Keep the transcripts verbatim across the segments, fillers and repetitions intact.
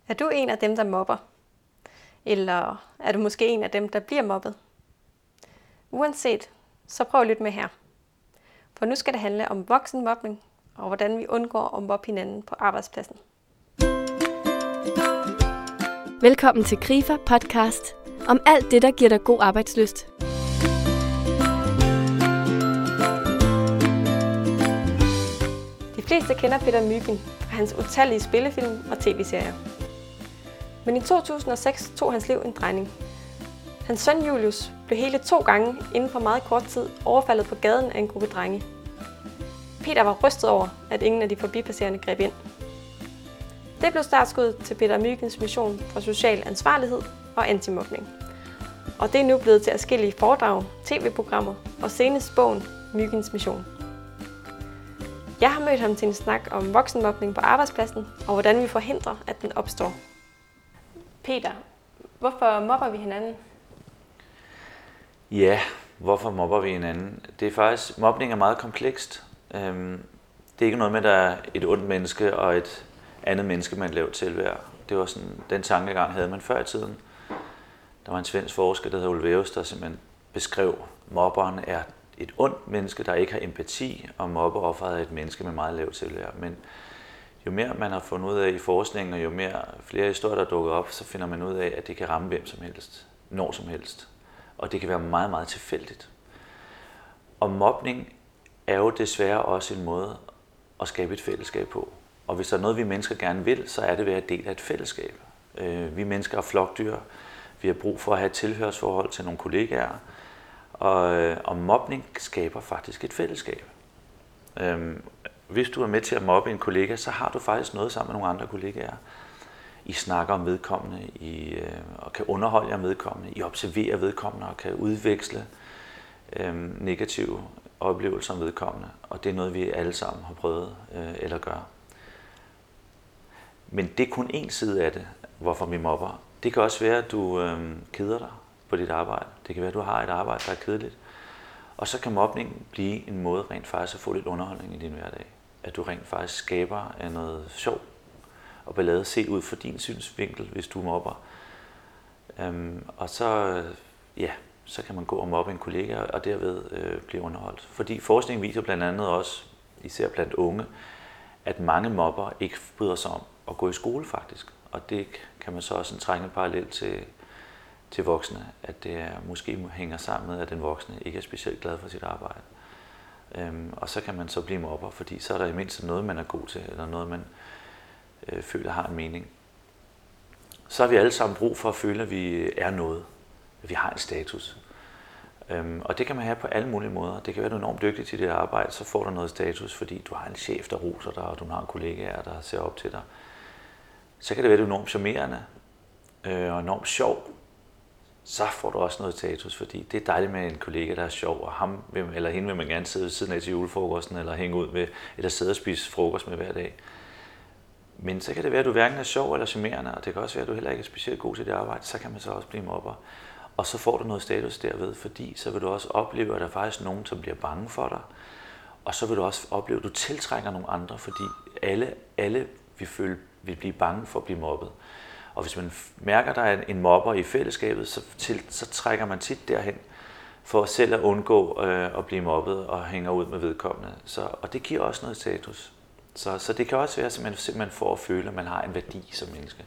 Er du en af dem, der mobber? Eller er du måske en af dem, der bliver mobbet? Uanset, så prøv at lytte med her. For nu skal det handle om voksenmobning, og hvordan vi undgår at mobbe hinanden på arbejdspladsen. Velkommen til Grifa podcast om alt det, der giver dig god arbejdslyst. De fleste kender Peter Mygind fra hans utallige spillefilm og tv-serier. Men i to tusind og seks tog hans liv en drejning. Hans søn Julius blev hele to gange inden for meget kort tid overfaldet på gaden af en gruppe drenge. Peter var rystet over, at ingen af de forbipasserende greb ind. Det blev startskuddet til Peter Myginds mission for social ansvarlighed og antimobning. Og det er nu blevet til adskillige foredrag, tv-programmer og senest bogen Myginds mission. Jeg har mødt ham til en snak om voksenmobning på arbejdspladsen og hvordan vi forhindrer, at den opstår. Peter, hvorfor mobber vi hinanden? Ja, hvorfor mobber vi hinanden? Det er faktisk, mobning er meget komplekst. Øhm, det er ikke noget med, at der er et ondt menneske og et andet menneske med et lavt tilværd. Det var sådan, den tankegang havde man før i tiden. Der var en svensk forsker, der hed Olveus, der simpelthen beskrev, at mobberen er et ondt menneske, der ikke har empati, og mobbeofferet er et menneske med meget lavt tilværd. Men jo mere man har fundet ud af i forskningen, og jo mere flere historier, der dukker op, så finder man ud af, at det kan ramme hvem som helst, når som helst. Og det kan være meget, meget tilfældigt. Og mobning er jo desværre også en måde at skabe et fællesskab på. Og hvis der er noget, vi mennesker gerne vil, så er det ved at dele af et fællesskab. Vi mennesker er flokdyr. Vi har brug for at have et tilhørsforhold til nogle kollegaer. Og, og mobning skaber faktisk et fællesskab. Hvis du er med til at mobbe en kollega, så har du faktisk noget sammen med nogle andre kollegaer. I snakker om vedkommende, I, øh, og kan underholde jer vedkommende, I observerer vedkommende og kan udveksle øh, negative oplevelser om vedkommende. Og det er noget, vi alle sammen har prøvet øh, eller gøre. Men det er kun en side af det, hvorfor vi mobber. Det kan også være, at du øh, keder dig på dit arbejde. Det kan være, at du har et arbejde, der er kedeligt. Og så kan mobning blive en måde rent faktisk at få lidt underholdning i din hverdag. At du rent faktisk skaber noget sjov og ballade set ud fra din synsvinkel, hvis du mobber. Øhm, og så, ja, så kan man gå og mobbe en kollega og derved øh, blive underholdt. Fordi forskningen viser blandt andet også, især blandt unge, at mange mobber ikke bryder sig om at gå i skole faktisk. Og det kan man så også en trænge parallel til, til voksne, at det er, måske hænger sammen med, at den voksne ikke er specielt glad for sit arbejde. Øhm, og så kan man så blive mobber, fordi så er der i mindst noget, man er god til, eller noget, man øh, føler har en mening. Så har vi alle sammen brug for at føle, at vi er noget, at vi har en status. Øhm, og det kan man have på alle mulige måder. Det kan være, at du er enormt dygtig til dit arbejde, så får du noget status, fordi du har en chef, der roser dig, og du har en kollega, der ser op til dig. Så kan det være, at du er enormt charmerende øh, og enormt sjov. Så får du også noget status, fordi det er dejligt med en kollega, der er sjov, og ham eller hende vil man gerne sidde ved siden af til julefrokosten, eller hænge ud med, eller sidde og spise frokost med hver dag. Men så kan det være, at du hverken er sjov eller charmerende, og det kan også være, at du heller ikke er specielt god til det arbejde, så kan man så også blive mobber. Og så får du noget status derved, fordi så vil du også opleve, at der er faktisk nogen, som bliver bange for dig. Og så vil du også opleve, at du tiltrækker nogle andre, fordi alle, alle vil, føle, vil blive bange for at blive mobbet. Og hvis man mærker, at der er en mobber i fællesskabet, så, til, så trækker man tit derhen for selv at undgå øh, at blive mobbet og hænger ud med vedkommende. Så, og det giver også noget status. Så, så det kan også være, at man simpelthen får at føle, at man har en værdi som menneske.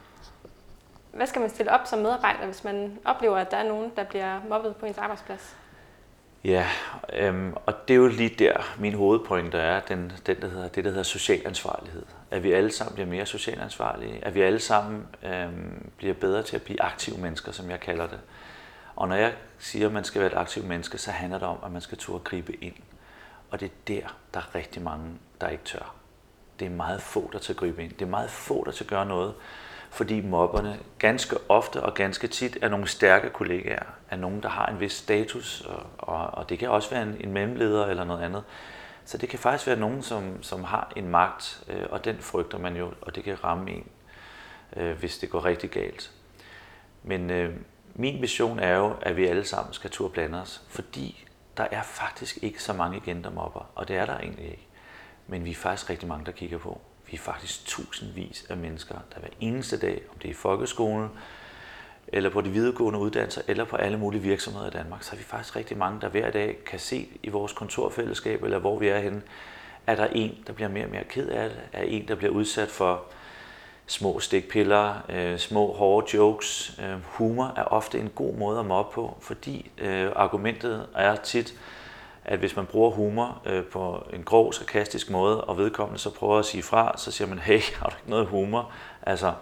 Hvad skal man stille op som medarbejder, hvis man oplever, at der er nogen, der bliver mobbet på ens arbejdsplads? Ja, øhm, og det er jo lige der, min hovedpointe er, den, den, der hedder, det, der hedder social ansvarlighed. At vi alle sammen bliver mere socialt ansvarlige. At vi alle sammen øhm, bliver bedre til at blive aktive mennesker, som jeg kalder det. Og når jeg siger, at man skal være et aktivt menneske, så handler det om, at man skal turde gribe ind. Og det er der, der er rigtig mange, der ikke tør. Det er meget få, der tør gribe ind. Det er meget få, der tør gøre noget. Fordi mobberne ganske ofte og ganske tit er nogle stærke kollegaer, er nogen, der har en vis status, og, og, og det kan også være en, en mellemleder eller noget andet. Så det kan faktisk være nogen, som, som har en magt, øh, og den frygter man jo, og det kan ramme en, øh, hvis det går rigtig galt. Men øh, min mission er jo, at vi alle sammen skal turde blande os, fordi der er faktisk ikke så mange igen, der mobber, og det er der egentlig ikke. Men vi er faktisk rigtig mange, der kigger på. Vi Vi er faktisk tusindvis af mennesker, der hver eneste dag, om det er i folkeskolen, eller på de videregående uddannelser, eller på alle mulige virksomheder i Danmark, så er vi faktisk rigtig mange, der hver dag kan se i vores kontorfællesskab, eller hvor vi er henne, er der en, der bliver mere og mere ked af det, er en, der bliver udsat for små stikpiller, øh, små hårde jokes. Øh, humor er ofte en god måde at mobbe på, fordi øh, argumentet er tit, at hvis man bruger humor øh, på en grov, sarkastisk måde, og vedkommende så prøver at sige fra, så siger man, hey, har du ikke noget humor? Altså,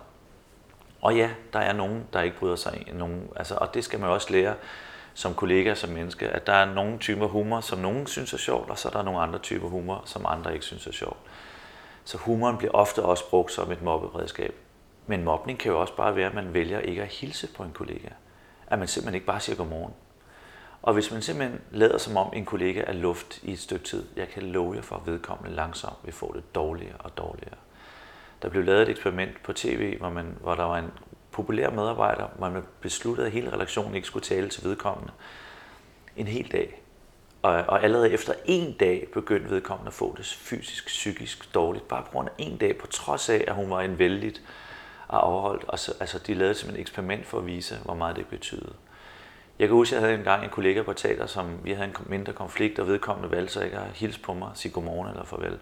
og ja, der er nogen, der ikke bryder sig i nogen, altså, og det skal man også lære som kollega, som menneske, at der er nogle typer humor, som nogen synes er sjovt, og så er der nogle andre typer humor, som andre ikke synes er sjovt. Så humoren bliver ofte også brugt som et mobberedskab. Men mobning kan jo også bare være, at man vælger ikke at hilse på en kollega. At man simpelthen ikke bare siger godmorgen. Og hvis man simpelthen lader som om en kollega er luft i et stykke tid, jeg kan love jer for, at vedkommende langsomt vil få det dårligere og dårligere. Der blev lavet et eksperiment på tv, hvor, man, hvor der var en populær medarbejder, hvor man besluttede, at hele redaktionen ikke skulle tale til vedkommende en hel dag. Og, og allerede efter en dag begyndte vedkommende at få det fysisk, psykisk dårligt, bare på grund af en dag, på trods af, at hun var en vældigt og afholdt. Og så, altså, de lavede simpelthen et eksperiment for at vise, hvor meget det betød. Jeg kan huske, at jeg havde engang en kollega på teater, som vi havde en mindre konflikt, og vedkommende valgte så ikke at hilse på mig, sige godmorgen eller farvel.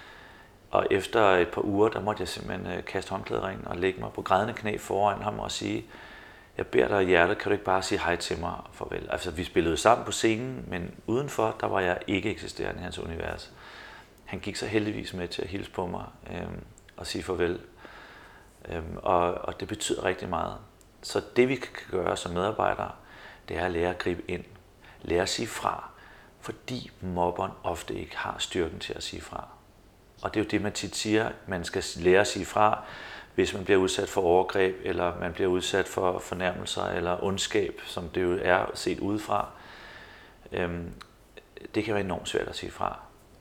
Og efter et par uger, der måtte jeg simpelthen kaste håndklæderingen og lægge mig på grædende knæ foran ham og sige, jeg beder dig i hjertet, kan du ikke bare sige hej til mig og farvel? Altså, vi spillede sammen på scenen, men udenfor, der var jeg ikke eksisterende i hans univers. Han gik så heldigvis med til at hilse på mig øhm, og sige farvel. Øhm, og, og det betyder rigtig meget. Så det, vi kan gøre som medarbejdere, det er at lære at gribe ind. Lære at sige fra, fordi mobberen ofte ikke har styrken til at sige fra. Og det er jo det, man tit siger, man skal lære at sige fra, hvis man bliver udsat for overgreb, eller man bliver udsat for fornærmelser eller ondskab, som det jo er set udefra. Øhm, det kan være enormt svært at sige fra.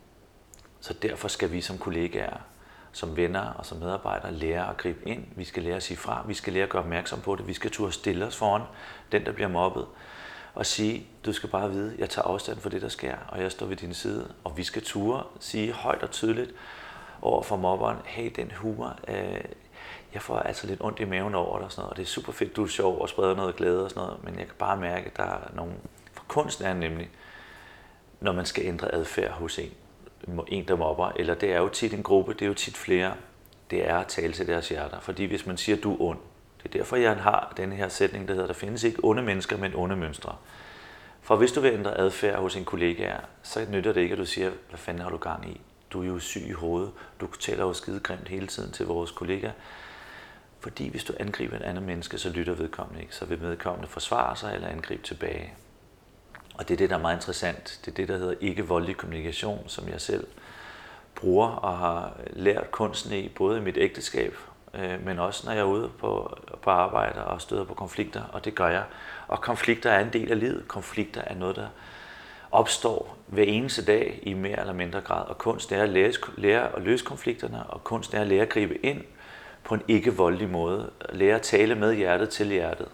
Så derfor skal vi som kollegaer, som venner og som medarbejdere lære at gribe ind. Vi skal lære at sige fra, vi skal lære at gøre opmærksom på det. Vi skal turde stille os foran den, der bliver mobbet, og sige, du skal bare vide, jeg tager afstand for det, der sker, og jeg står ved din side. Og vi skal turde sige højt og tydeligt over for mobberen, hey, den humor, øh, jeg får altså lidt ondt i maven over det og sådan noget, og det er super fedt, du er sjov og spreder noget glæde og sådan noget, men jeg kan bare mærke, at der er nogle... For kunsten er nemlig, når man skal ændre adfærd hos en, en der mobber, eller det er jo tit en gruppe, det er jo tit flere, det er at tale til deres hjerter. Fordi hvis man siger, du er ond, det er derfor, jeg har denne her sætning, der hedder, der findes ikke onde mennesker, men onde mønstre. For hvis du vil ændre adfærd hos en kollega, så nytter det ikke, at du siger, hvad fanden har du gang i? Du er jo syg i hovedet, du taler jo skide grimt hele tiden til vores kollega. Fordi hvis du angriber et andet menneske, så lytter vedkommende ikke, så vil vedkommende forsvare sig eller angribe tilbage. Og det er det, der er meget interessant. Det er det, der hedder ikke-voldelig kommunikation, som jeg selv bruger og har lært kunsten i, både i mit ægteskab, men også når jeg er ude på, på arbejde og støder på konflikter, og det gør jeg. Og konflikter er en del af livet. Konflikter er noget, der opstår hver eneste dag i mere eller mindre grad. Og kunst er at lære, lære at løse konflikterne, og kunst er at lære at gribe ind på en ikke-voldelig måde. Lære at tale med hjertet til hjertet.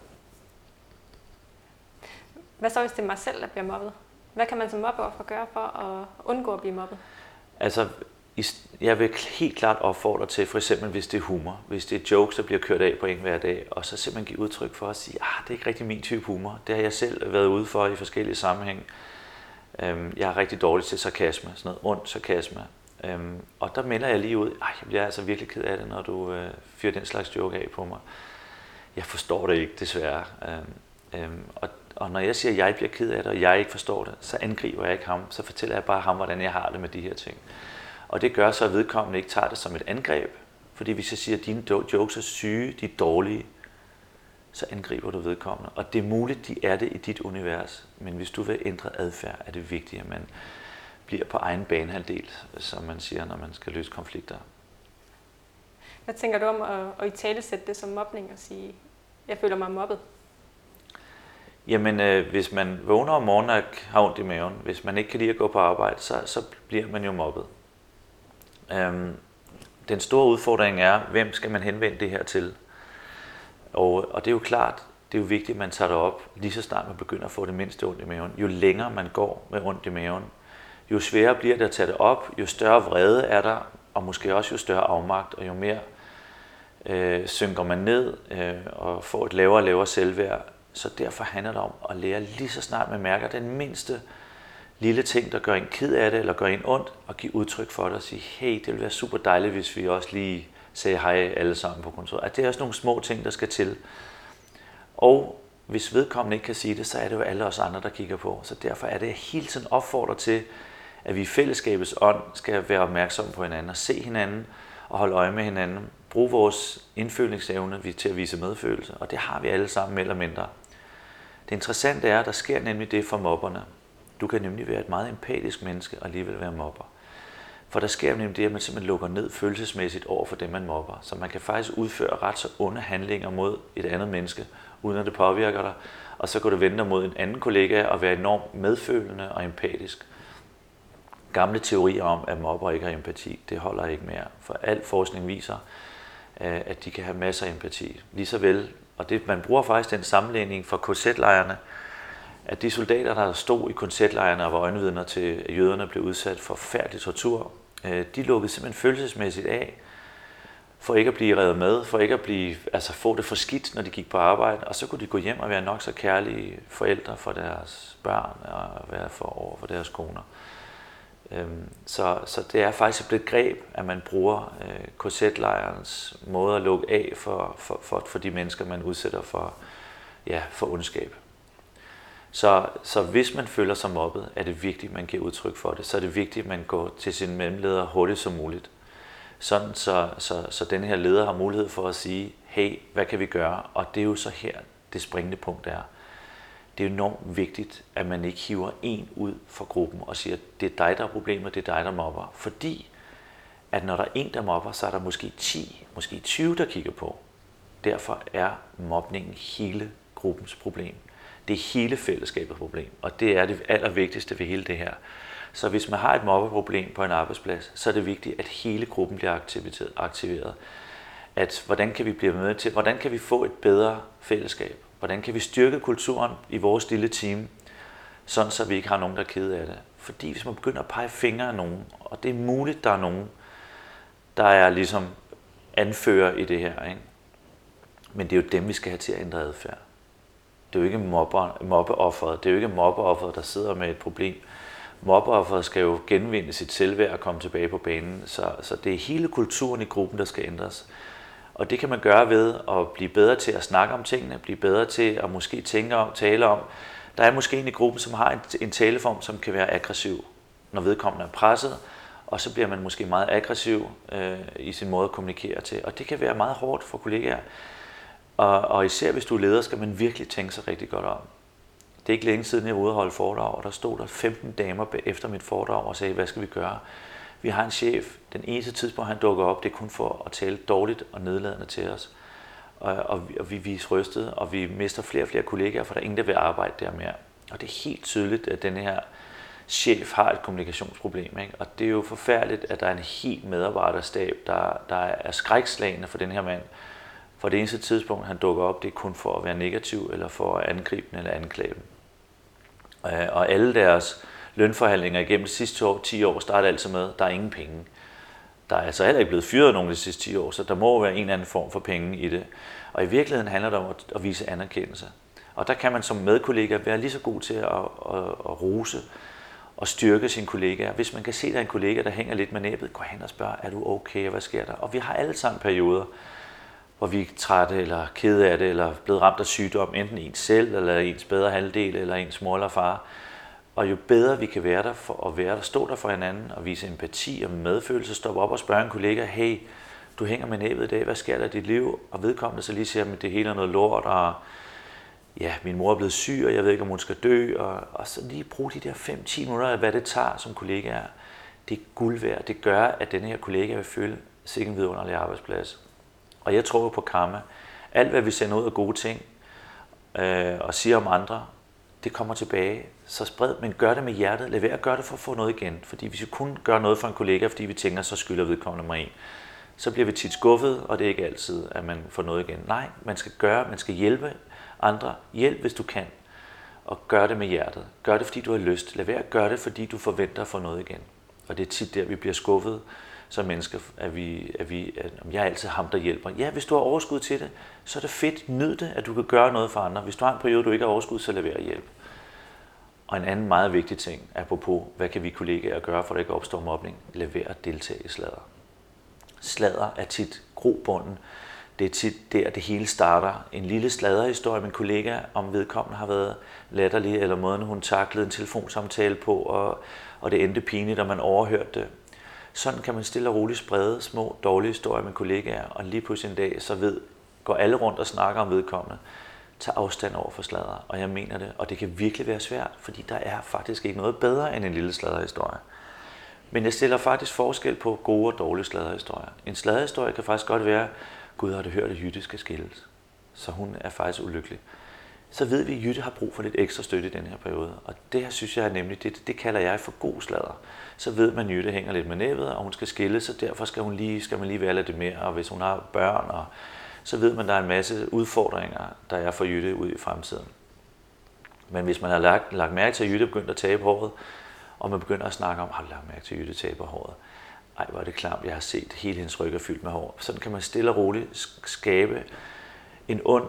Hvad så, hvis det er mig selv, der bliver mobbet? Hvad kan man som mobbeoffer gøre for at undgå at blive mobbet? Altså, jeg vil helt klart opfordre til, for eksempel hvis det er humor, hvis det er jokes, der bliver kørt af på en hver dag, og så simpelthen give udtryk for at sige, ah, det er ikke rigtig min type humor. Det har jeg selv været ude for i forskellige sammenhæng. Jeg er rigtig dårlig til sarkasme, sådan noget ond sarkasme. Og der melder jeg lige ud, ej, jeg bliver altså virkelig ked af det, når du fyrer den slags joke af på mig. Jeg forstår det ikke, desværre. Og Og når jeg siger, at jeg bliver ked af det, og jeg ikke forstår det, så angriber jeg ikke ham. Så fortæller jeg bare ham, hvordan jeg har det med de her ting. Og det gør så, at vedkommende ikke tager det som et angreb. Fordi hvis jeg siger, at dine jokes er syge, de er dårlige, så angriber du vedkommende. Og det er muligt, de er det i dit univers. Men hvis du vil ændre adfærd, er det vigtigt, at man bliver på egen banehalvdel, som man siger, når man skal løse konflikter. Hvad tænker du om at, at italesætte det som mobning og sige, jeg føler mig mobbet? Jamen, øh, hvis man vågner om morgenen og har ondt i maven, hvis man ikke kan lide at gå på arbejde, så, så bliver man jo mobbet. Øhm, den store udfordring er, hvem skal man henvende det her til? Og, og det er jo klart, det er jo vigtigt, at man tager det op, lige så snart man begynder at få det mindste ondt i maven. Jo længere man går med ondt i maven, jo sværere bliver det at tage det op, jo større vrede er der, og måske også jo større afmagt, og jo mere øh, synker man ned øh, og får et lavere og lavere selvværd. Så derfor handler det om at lære lige så snart man mærker den mindste lille ting, der gør en ked af det, eller gør en ondt, og give udtryk for det og sige, hey, det ville være super dejligt, hvis vi også lige sagde hej alle sammen på kontoret. At det er også nogle små ting, der skal til. Og hvis vedkommende ikke kan sige det, så er det jo alle os andre, der kigger på. Så derfor er det, jeg hele tiden opfordrer til, at vi i fællesskabets ånd skal være opmærksomme på hinanden og se hinanden og holde øje med hinanden. Brug vores indfølingsevne til at vise medfølelse, og det har vi alle sammen mere eller mindre. Det interessante er, at der sker nemlig det for mobberne. Du kan nemlig være et meget empatisk menneske og alligevel være mobber. For der sker nemlig det, at man simpelthen lukker ned følelsesmæssigt over for det, man mobber. Så man kan faktisk udføre ret så onde handlinger mod et andet menneske, uden at det påvirker dig. Og så kan du vende dig mod en anden kollega og være enormt medfølende og empatisk. Gamle teorier om, at mobber ikke har empati, det holder ikke mere. For al forskning viser, at de kan have masser af empati. Lige så vel, og det, man bruger faktisk den sammenligning fra K Z-lejrene, at de soldater, der stod i K Z-lejrene og var øjenvidner til, at jøderne blev udsat for forfærdelig tortur, de lukkede simpelthen følelsesmæssigt af, for ikke at blive revet med, for ikke at blive, altså få det for skidt, når de gik på arbejde, og så kunne de gå hjem og være nok så kærlige forældre for deres børn og være for over for deres koner. Så, så det er faktisk et begreb, at man bruger K Z-lejrens måde at lukke af for, for, for, for de mennesker, man udsætter for, ja, for ondskab. Så, så hvis man føler sig mobbet, er det vigtigt, at man giver udtryk for det. Så er det vigtigt, at man går til sin mellemleder hurtigt som muligt. Sådan, så, så, så den her leder har mulighed for at sige, hey, hvad kan vi gøre? Og det er jo så her, det springende punkt er. Det er enormt vigtigt, at man ikke hiver en ud fra gruppen og siger, det er dig, der er problemet, det er dig, der mobber. Fordi, at når der er en, der mobber, så er der måske ti, måske tyve, der kigger på. Derfor er mobningen hele gruppens problem. Det er hele fællesskabets problem, og det er det allervigtigste ved hele det her. Så hvis man har et mobbeproblem på en arbejdsplads, så er det vigtigt, at hele gruppen bliver aktiveret. At hvordan kan vi blive med til, hvordan kan vi få et bedre fællesskab? Hvordan kan vi styrke kulturen i vores lille team, sådan så vi ikke har nogen, der er kede af det? Fordi hvis man begynder at pege fingre af nogen, og det er muligt, der er nogen, der er ligesom anfører i det her, ikke? Men det er jo dem, vi skal have til at ændre adfærd. Det er jo ikke mobber, mobbeofferet, det er jo ikke mobbeofferet, der sidder med et problem. Mobbeofferet skal jo genvinde sit selvværd og komme tilbage på banen, så, så det er hele kulturen i gruppen, der skal ændres. Og det kan man gøre ved at blive bedre til at snakke om tingene, blive bedre til at måske tænke om, tale om. Der er måske en i gruppen, som har en, en taleform, som kan være aggressiv, når vedkommende er presset, og så bliver man måske meget aggressiv øh, i sin måde at kommunikere til. Og det kan være meget hårdt for kollegaer. Og, og især hvis du er leder, skal man virkelig tænke sig rigtig godt om. Det er ikke længe siden, jeg var ude og holde foredrag, og der stod der femten damer efter mit foredrag og sagde, hvad skal vi gøre? Vi har en chef, den eneste tidspunkt, han dukker op, det er kun for at tale dårligt og nedladende til os. Og, og, vi, og vi, vi er rystet, og vi mister flere og flere kollegaer, for der er ingen, der vil arbejde der mere. Og det er helt tydeligt, at den her chef har et kommunikationsproblem, ikke? Og det er jo forfærdeligt, at der er en helt medarbejderstab, der, der er skrækslagende for den her mand. For det eneste tidspunkt, han dukker op, det er kun for at være negativ, eller for at angribe den eller anklage dem. Og alle deres lønforhandlinger igennem de sidste ti år starter altså med, at der er ingen penge. Der er altså heller ikke blevet fyret nogen de sidste ti år, så der må være en eller anden form for penge i det. Og i virkeligheden handler det om at vise anerkendelse. Og der kan man som medkollega være lige så god til at, at, at rose og styrke sine kollegaer. Hvis man kan se, at der er en kollega, der hænger lidt med næbet, gå hen og spørg, er du okay, og hvad sker der? Og vi har alle sammen perioder, hvor vi er trætte eller kede af det, eller blevet ramt af sygdom, enten ens selv, eller ens bedre halvdel, eller ens mor eller far. Og jo bedre vi kan være der for at være der, stå der for hinanden, og vise empati og medfølelse, stoppe op og spørge en kollega, hey, du hænger med næbet i dag, hvad sker der i dit liv? Og vedkommende så lige siger, at det hele er noget lort, og ja, min mor er blevet syg, og jeg ved ikke, om hun skal dø, og, og så lige bruge de der fem til ti minutter af, hvad det tager som kollega er. Det er guld værd. Det gør, at denne her kollega vil føle sig en vidunderlig arbejdsplads. Og jeg tror på karma. Alt, hvad vi sender ud af gode ting øh, og siger om andre, det kommer tilbage. Så spred, men gør det med hjertet. Lad være at gøre det for at få noget igen. Fordi hvis vi kun gør noget for en kollega, fordi vi tænker, så skylder vedkommende mig en, så bliver vi tit skuffet, og det er ikke altid, at man får noget igen. Nej, man skal gøre, man skal hjælpe andre. Hjælp, hvis du kan. Og gør det med hjertet. Gør det, fordi du har lyst. Lad være at gøre det, fordi du forventer at få noget igen. Og det er tit der, vi bliver skuffet, som mennesker, at vi, at vi, at jeg er altid ham, der hjælper. Ja, hvis du har overskud til det, så er det fedt, nyd det, at du kan gøre noget for andre. Hvis du har en periode, du ikke har overskud, så lad være at hjælpe. Og en anden meget vigtig ting, apropos, hvad kan vi kollegaer gøre, for at der ikke opstår mobning? Lad være at deltage i sladder. Sladder er tit grobunden. Det er tit der, det hele starter. En lille sladderhistorie, min kollega om vedkommende har været latterlig, eller måden hun taklede en telefonsamtale på, og, og det endte pinligt, og man overhørte det. Sådan kan man stille og roligt sprede små, dårlige historier med kollegaer, og lige pludselig en dag, så ved, går alle rundt og snakker om vedkommende. Tag afstand over for sladder, og jeg mener det, og det kan virkelig være svært, fordi der er faktisk ikke noget bedre end en lille sladderhistorie. Men jeg stiller faktisk forskel på gode og dårlige sladderhistorier. En sladderhistorie kan faktisk godt være, Gud har det hørt, at Jytte skal skilles, så hun er faktisk ulykkelig. Så ved vi, at Jytte har brug for lidt ekstra støtte i den her periode, og det her synes jeg er nemlig, det, det kalder jeg for god sladder. Så ved man, at Jytte hænger lidt med næbbet, og hun skal skilles, så derfor skal, hun lige, skal man lige være lidt mere, og hvis hun har børn, og så ved man, at der er en masse udfordringer, der er for Jytte ud i fremtiden. Men hvis man har lagt, lagt mærke til, at Jytte er begyndt at tabe håret, og man begynder at snakke om, har du lagt mærke til, at Jytte taber håret? Ej, hvor er det klamt, jeg har set hele hendes ryg er fyldt med hår. Sådan kan man stille og roligt skabe en ond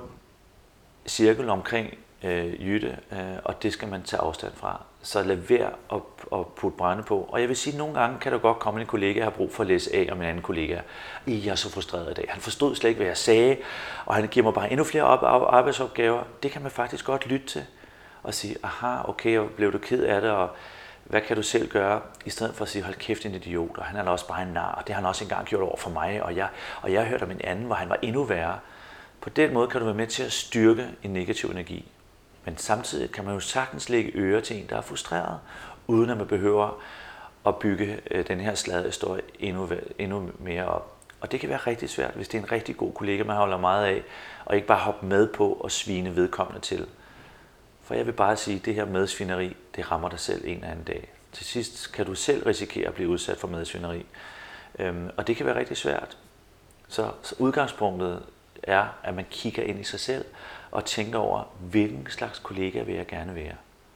cirkel omkring øh, Jytte, øh, og det skal man tage afstand fra. Så lad være at, at putte brænde på. Og jeg vil sige, at nogle gange kan der godt komme en kollega, der har brug for at læse af om en anden kollega. I, jeg er så frustreret i dag. Han forstod slet ikke, hvad jeg sagde, og han giver mig bare endnu flere arbejdsopgaver. Det kan man faktisk godt lytte til og sige, aha, okay, og blev du ked af det, og hvad kan du selv gøre, i stedet for at sige, hold kæft, en idiot, og han er også bare en nar, og det har han også engang gjort over for mig, og jeg, og jeg hørte om en anden, hvor han var endnu værre. På den måde kan du være med til at styrke en negativ energi. Men samtidig kan man jo sagtens lægge øre til en, der er frustreret, uden at man behøver at bygge den her sladderhistorie endnu, endnu mere op. Og det kan være rigtig svært, hvis det er en rigtig god kollega, man holder meget af, og ikke bare hoppe med på og svine vedkommende til. For jeg vil bare sige, at det her medsvineri, det rammer dig selv en eller anden dag. Til sidst kan du selv risikere at blive udsat for medsvineri. Øhm, og det kan være rigtig svært. Så, så udgangspunktet er, at man kigger ind i sig selv og tænker over, hvilken slags kollega vil jeg gerne være.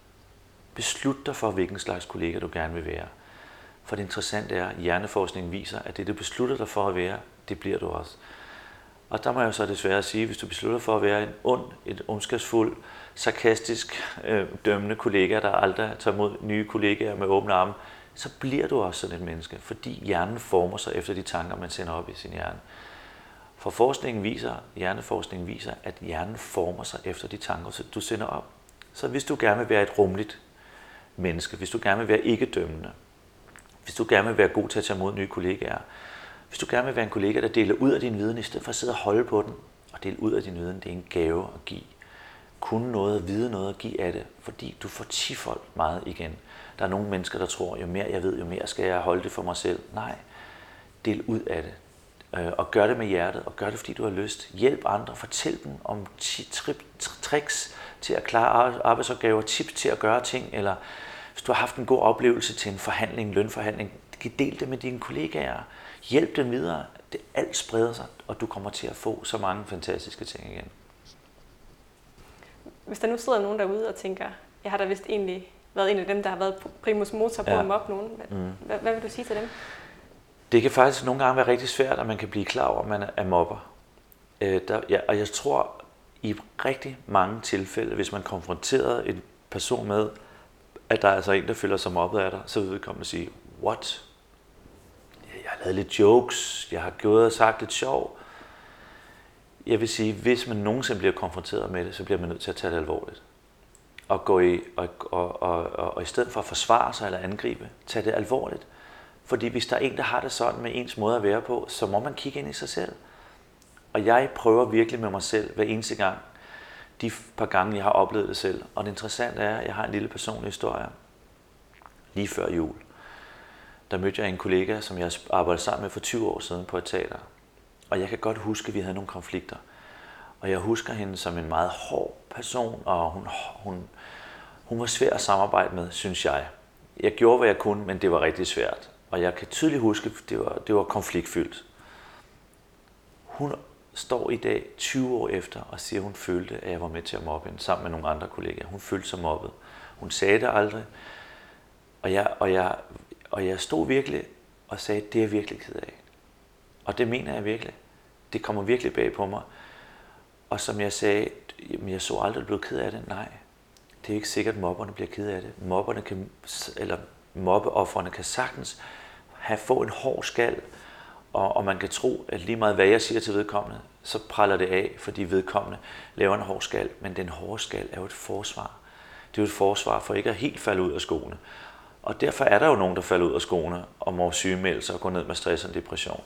Beslut dig for, hvilken slags kollega du gerne vil være. For det interessante er, at hjerneforskningen viser, at det du beslutter dig for at være, det bliver du også. Og der må jeg jo så desværre sige, hvis du beslutter for at være en ond, et ondskabsfuld, sarkastisk, øh, dømmende kollega, der aldrig tager imod nye kollegaer med åbne arme, så bliver du også sådan et menneske, fordi hjernen former sig efter de tanker, man sender op i sin hjerne. For forskningen viser, hjerneforskningen viser, at hjernen former sig efter de tanker, du sender op. Så hvis du gerne vil være et rummeligt menneske, hvis du gerne vil være ikke-dømmende, hvis du gerne vil være god til at tage imod nye kollegaer, hvis du gerne vil være en kollega, der deler ud af din viden, i stedet for at sidde og holde på den, og dele ud af din viden, det er en gave at give. Kunne noget, vide noget at give af det, fordi du får tifold meget igen. Der er nogle mennesker, der tror, jo mere jeg ved, jo mere skal jeg holde det for mig selv. Nej, del ud af det. Og gør det med hjertet, og gør det, fordi du har lyst. Hjælp andre, fortæl dem om tricks til at klare arbejdsopgaver, tips til at gøre ting, eller hvis du har haft en god oplevelse til en forhandling, lønforhandling, del det med dine kollegaer. Hjælp dem videre. Det alt spreder sig, og du kommer til at få så mange fantastiske ting igen. Hvis der nu sidder nogen derude og tænker, jeg har da vist egentlig været en af dem, der har været primus motor på ja. at mobbe nogen. Hvad, mm. hvad vil du sige til dem? Det kan faktisk nogle gange være rigtig svært, at man kan blive klar over, at man er mobber. Øh, der, ja, og jeg tror, i rigtig mange tilfælde, hvis man konfronterer en person med, at der er altså en, der føler sig mobbet af dig, så vil vedkommende sige, what? Jeg har lavet lidt jokes, jeg har gået og sagt lidt sjov. Jeg vil sige, hvis man nogensinde bliver konfronteret med det, så bliver man nødt til at tage det alvorligt. Og, gå i, og, og, og, og, og i stedet for at forsvare sig eller angribe, tage det alvorligt. Fordi hvis der er en, der har det sådan med ens måde at være på, så må man kigge ind i sig selv. Og jeg prøver virkelig med mig selv hver eneste gang, de par gange, jeg har oplevet det selv. Og det interessante er, at jeg har en lille personlig historie. Lige før jul, der mødte jeg en kollega, som jeg arbejdede sammen med for tyve år siden på et teater. Og jeg kan godt huske, at vi havde nogle konflikter. Og jeg husker hende som en meget hård person, og hun, hun, hun var svær at samarbejde med, synes jeg. Jeg gjorde, hvad jeg kunne, men det var rigtig svært. Og jeg kan tydeligt huske, at det var, det var konfliktfyldt. Hun står i dag, tyve år efter, og siger, at hun følte, at jeg var med til at mobbe hende, sammen med nogle andre kollegaer. Hun følte sig mobbet. Hun sagde det aldrig. Og jeg, og jeg, og jeg stod virkelig og sagde, det er jeg virkelig ked af. Og det mener jeg virkelig. Det kommer virkelig bag på mig. Og som jeg sagde, jamen jeg så aldrig, at du blev ked af det. Nej, det er ikke sikkert, at mobberne bliver ked af det. Mobberne kan, eller mobbeofferne kan sagtens have, få en hård skal, og, og man kan tro, at lige meget hvad jeg siger til vedkommende, så praller det af, fordi vedkommende laver en hård skal. Men den hårde skal er jo et forsvar. Det er jo et forsvar for ikke at helt falde ud af skoene. Og derfor er der jo nogen, der falder ud af skoene og må sygemelde sig og gå ned med stress og depression.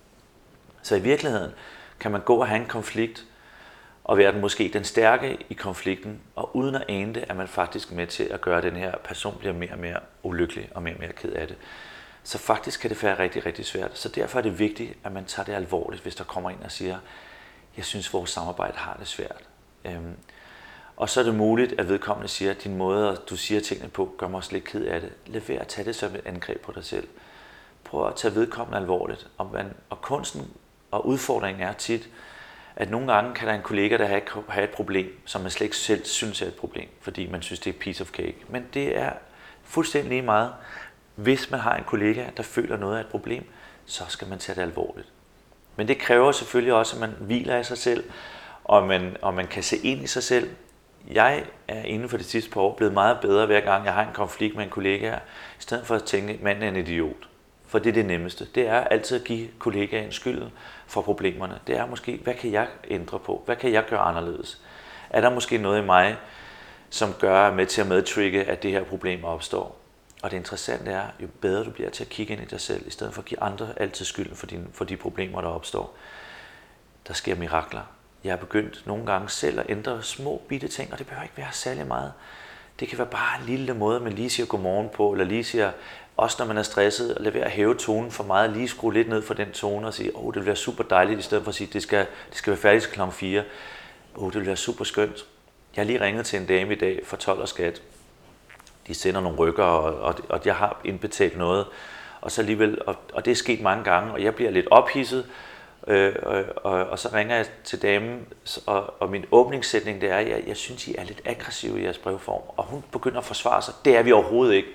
Så i virkeligheden kan man gå og have en konflikt, og være den måske den stærke i konflikten, og uden at ane det, er man faktisk med til at gøre, at den her person bliver mere og mere ulykkelig og mere og mere ked af det. Så faktisk kan det være rigtig, rigtig svært. Så derfor er det vigtigt, at man tager det alvorligt, hvis der kommer ind og siger, jeg synes, vores samarbejde har det svært. Øhm, og så er det muligt, at vedkommende siger, at din måde, du siger tingene på, gør mig også lidt ked af det. Lad være at tage det som et angreb på dig selv. Prøv at tage vedkommende alvorligt. Og, man, og kunsten og udfordringen er tit, at nogle gange kan der en kollega, der have et problem, som man slet ikke selv synes er et problem, fordi man synes, det er piece of cake. Men det er fuldstændig lige meget. Hvis man har en kollega, der føler noget af et problem, så skal man tage det alvorligt. Men det kræver selvfølgelig også, at man hviler af sig selv, og man, og man kan se ind i sig selv. Jeg er inden for det sidste par år blevet meget bedre, hver gang jeg har en konflikt med en kollega, i stedet for at tænke, at manden er en idiot. For det er det nemmeste. Det er altid at give kollegaen skylden for problemerne. Det er måske, hvad kan jeg ændre på? Hvad kan jeg gøre anderledes? Er der måske noget i mig, som gør med til at medtrigge, at det her problem opstår? Og det interessante er, jo bedre du bliver til at kigge ind i dig selv, i stedet for at give andre altid skylden for, din, for de problemer, der opstår. Der sker mirakler. Jeg er begyndt nogle gange selv at ændre små bitte ting, og det behøver ikke være særlig meget. Det kan være bare en lille måde, man lige siger godmorgen på, eller lige siger, også når man er stresset, og lade være at hæve tonen for meget, lige skrue lidt ned for den tone og sige, åh, oh, det vil være super dejligt, i stedet for at sige, det skal, det skal være færdigt til klokken fire. Åh, oh, det vil være super skønt. Jeg har lige ringet til en dame i dag for told og skat. De sender nogle rykker, og, og, og jeg har indbetalt noget, og så alligevel, og, og det er sket mange gange, og jeg bliver lidt ophidset, øh, og, og, og så ringer jeg til damen, og, og min åbningssætning det er, at jeg, jeg synes, I er lidt aggressive i jeres brevform, og hun begynder at forsvare sig. Det er vi overhovedet ikke.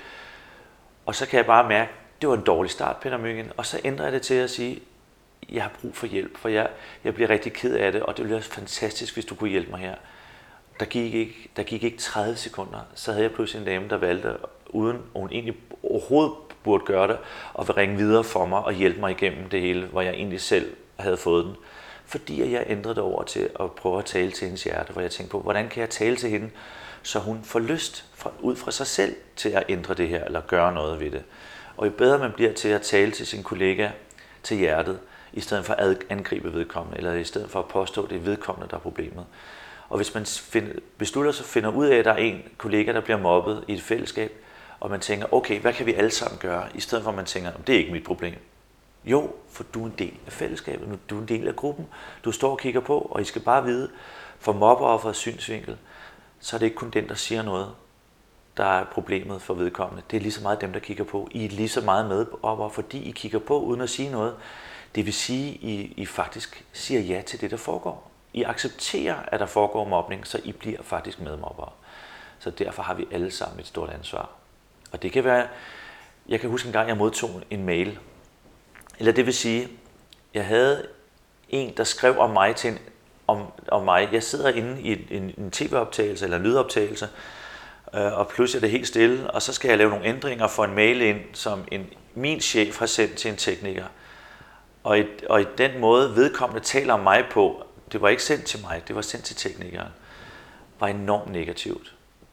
Og så kan jeg bare mærke, at det var en dårlig start, Peter Mygind, og så ændrer jeg det til at sige, jeg har brug for hjælp, for jeg, jeg bliver rigtig ked af det, og det ville være fantastisk, hvis du kunne hjælpe mig her. Der gik, ikke, der gik ikke tredive sekunder, så havde jeg pludselig en dame, der valgte, uden hun egentlig overhovedet burde gøre det, og vil ringe videre for mig og hjælpe mig igennem det hele, hvor jeg egentlig selv havde fået den. Fordi jeg ændrede det over til at prøve at tale til hendes hjerte, hvor jeg tænkte på, hvordan kan jeg tale til hende, så hun får lyst fra, ud fra sig selv til at ændre det her, eller gøre noget ved det. Og jo bedre man bliver til at tale til sin kollega til hjertet, i stedet for at angribe vedkommende, eller i stedet for at påstå, at det er vedkommende, der er problemet. Og hvis man find, beslutter sig finder ud af, at der er en kollega, der bliver mobbet i et fællesskab, og man tænker, okay, hvad kan vi alle sammen gøre, i stedet for at man tænker, det er ikke mit problem. Jo, for du er en del af fællesskabet, du er en del af gruppen, du står og kigger på, og I skal bare vide, for mobbeofferets synsvinkel, så er det ikke kun den, der siger noget, der er problemet for vedkommende. Det er lige så meget dem, der kigger på. I er lige så meget med op, fordi I kigger på uden at sige noget. Det vil sige, at I, I faktisk siger ja til det, der foregår. I accepterer, at der foregår mobning, så I bliver faktisk medmobbere. Så derfor har vi alle sammen et stort ansvar. Og det kan være, jeg kan huske en gang, jeg modtog en mail. Eller det vil sige, jeg havde en, der skrev om mig til en, om, om mig. Jeg sidder inde i en, en tv-optagelse eller en lydoptagelse, øh, og pludselig er det helt stille, og så skal jeg lave nogle ændringer for en mail ind, som en, min chef har sendt til en tekniker. Og i, og i den måde, vedkommende taler om mig på, det var ikke sendt til mig, det var sendt til teknikeren, var enormt negativt.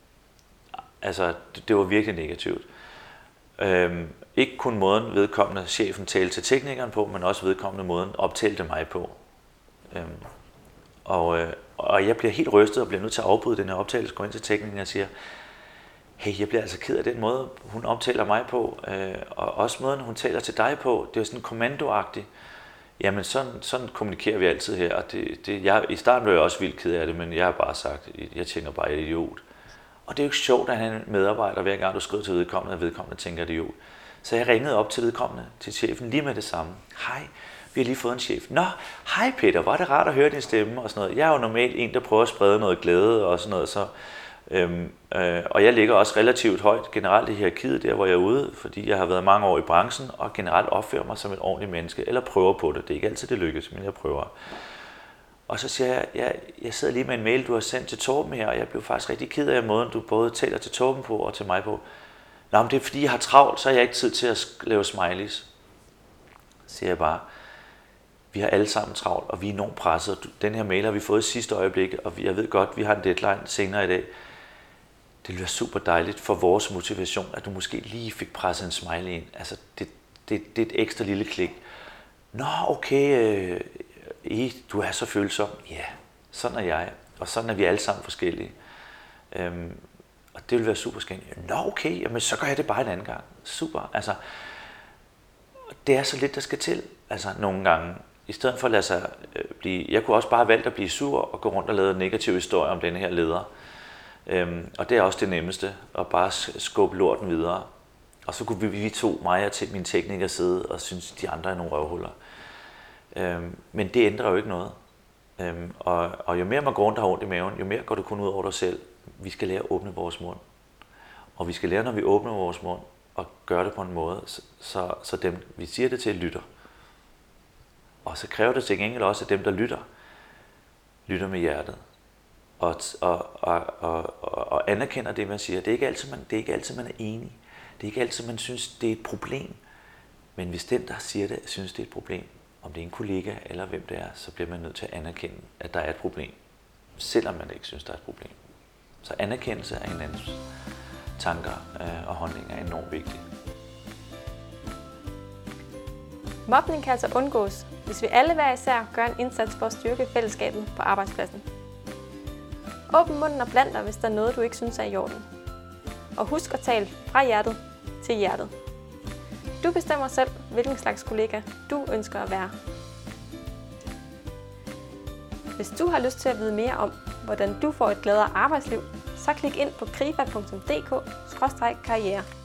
Altså, det, det var virkelig negativt. Øhm, ikke kun måden vedkommende chefen talte til teknikeren på, men også vedkommende måden optalte mig på. Øhm, og, øh, og jeg bliver helt rystet og bliver nødt til at afbryde den her optagelse, går ind til teknikeren og siger, hey, jeg bliver altså ked af den måde, hun optaler mig på, øh, og også måden, hun taler til dig på, det er sådan kommandoagtigt. Jamen, sådan, sådan kommunikerer vi altid her, og det, det, jeg, i starten blev jeg også vildt ked af det, men jeg har bare sagt, jeg tænker bare, et idiot. Og det er jo ikke sjovt, at han er en medarbejder, hver gang du skriver til vedkommende, at vedkommende tænker, et idiot. Så jeg ringede op til vedkommende, til chefen, lige med det samme. Hej, vi har lige fået en chef. Nå, hej Peter, var det rart at høre din stemme og sådan noget. Jeg er jo normalt en, der prøver at sprede noget glæde og sådan noget, så Øhm, øh, og jeg ligger også relativt højt generelt i hierarkiet, der hvor jeg er ude, fordi jeg har været mange år i branchen, og generelt opfører mig som et ordentligt menneske, eller prøver på det. Det er ikke altid det lykkes, men jeg prøver. Og så siger jeg, jeg, jeg sidder lige med en mail, du har sendt til Torben her, og jeg blev faktisk rigtig ked af måden, du både taler til Torben på og til mig på. Nå, men det er fordi, jeg har travlt, så har jeg ikke tid til at lave smileys. Så siger jeg bare, vi har alle sammen travlt, og vi er enormt presset. Den her mail har vi fået i sidste øjeblik, og jeg ved godt, vi har en deadline senere i dag. Det ville være super dejligt for vores motivation, at du måske lige fik presset en smiley ind. Altså, det, det, det er et ekstra lille klik. Nå, okay, øh, I, du er så følsom. Ja, sådan er jeg, og sådan er vi alle sammen forskellige. Øhm, og det ville være super skændende. Nå, okay, jamen, så gør jeg det bare en anden gang. Super, altså, det er så lidt, der skal til, altså nogle gange. I stedet for at lade sig øh, blive... Jeg kunne også bare have valgt at blive sur og gå rundt og lave negative historier om denne her leder. Øhm, og det er også det nemmeste, at bare skubbe lorten videre. Og så kunne vi, vi to, mig og min tekniker, sidde og synes, de andre er nogle røvhuller. Øhm, men det ændrer jo ikke noget. Øhm, og, og jo mere man går rundt og har ondt i maven, jo mere går det kun ud over dig selv. Vi skal lære at åbne vores mund. Og vi skal lære, når vi åbner vores mund, og gøre det på en måde, så, så, så dem, vi siger det til, lytter. Og så kræver det til gengæld også, at dem, der lytter, lytter med hjertet. Og, og, og, og, og anerkender det, man siger. Det er, ikke altid, man, det er ikke altid, man er enig. Det er ikke altid, man synes, det er et problem. Men hvis den, der siger det, synes, det er et problem, om det er en kollega eller hvem det er, så bliver man nødt til at anerkende, at der er et problem. Selvom man ikke synes, der er et problem. Så anerkendelse af hinandens tanker øh, og holdninger er enormt vigtigt. Mobning kan altså undgås, hvis vi alle hver især gør en indsats for at styrke fællesskabet på arbejdspladsen. Åbn munden og bland dig, hvis der er noget, du ikke synes er i orden. Og husk at tale fra hjertet til hjertet. Du bestemmer selv, hvilken slags kollega du ønsker at være. Hvis du har lyst til at vide mere om, hvordan du får et gladere arbejdsliv, så klik ind på krifa punktum d k skråstreg karriere.